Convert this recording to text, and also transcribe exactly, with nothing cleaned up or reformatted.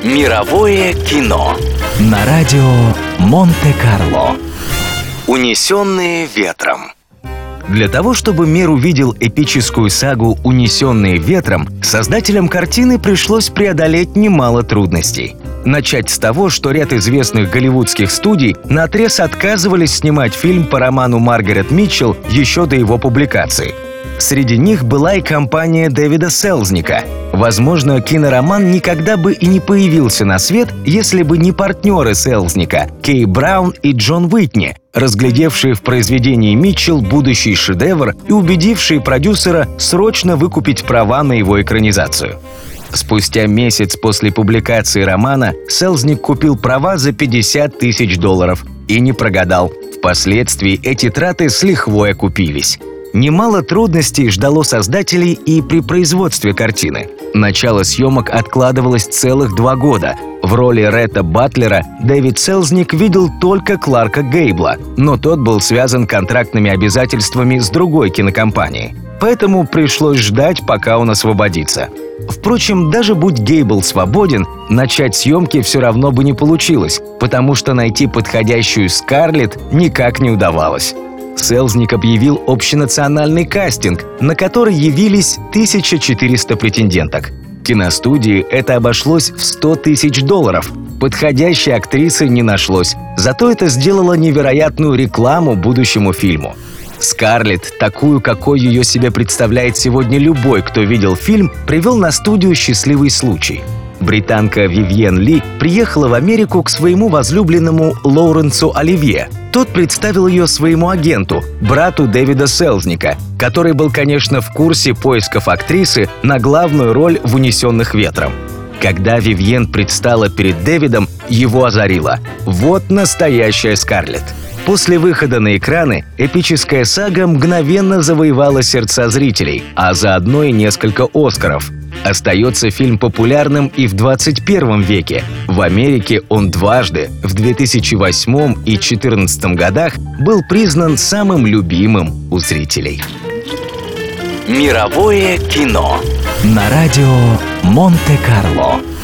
Мировое кино на радио Монте-Карло. «Унесенные ветром». Для того, чтобы мир увидел эпическую сагу «Унесенные ветром», создателям картины пришлось преодолеть немало трудностей. Начать с того, что ряд известных голливудских студий наотрез отказывались снимать фильм по роману Маргарет Митчелл еще до его публикации. Среди них была и компания Дэвида Селзника. Возможно, кинороман никогда бы и не появился на свет, если бы не партнеры Селзника – Кей Браун и Джон Уитни, разглядевшие в произведении Митчелл будущий шедевр и убедившие продюсера срочно выкупить права на его экранизацию. Спустя месяц после публикации романа Селзник купил права за пятьдесят тысяч долларов и не прогадал. Впоследствии эти траты с лихвой окупились. Немало трудностей ждало создателей и при производстве картины. Начало съемок откладывалось целых два года. В роли Ретта Батлера Дэвид Селзник видел только Кларка Гейбла, но тот был связан контрактными обязательствами с другой кинокомпанией. Поэтому пришлось ждать, пока он освободится. Впрочем, даже будь Гейбл свободен, начать съемки все равно бы не получилось, потому что найти подходящую Скарлетт никак не удавалось. Селзник объявил общенациональный кастинг, на который явились тысяча четыреста претенденток. Киностудии это обошлось в сто тысяч долларов. Подходящей актрисы не нашлось, зато это сделало невероятную рекламу будущему фильму. Скарлетт, такую, какой ее себе представляет сегодня любой, кто видел фильм, привел на студию счастливый случай. Британка Вивьен Ли приехала в Америку к своему возлюбленному Лоуренсу Оливье. Тот представил ее своему агенту, брату Дэвида Селзника, который был, конечно, в курсе поисков актрисы на главную роль в «Унесенных ветром». Когда Вивьен предстала перед Дэвидом, его озарило. Вот настоящая Скарлетт. После выхода на экраны эпическая сага мгновенно завоевала сердца зрителей, а заодно и несколько «Оскаров». Остается фильм популярным и в двадцать первом веке. В Америке он дважды, в две тысячи восьмом и две тысячи четырнадцатом годах, был признан самым любимым у зрителей. Мировое кино на радио Монте-Карло.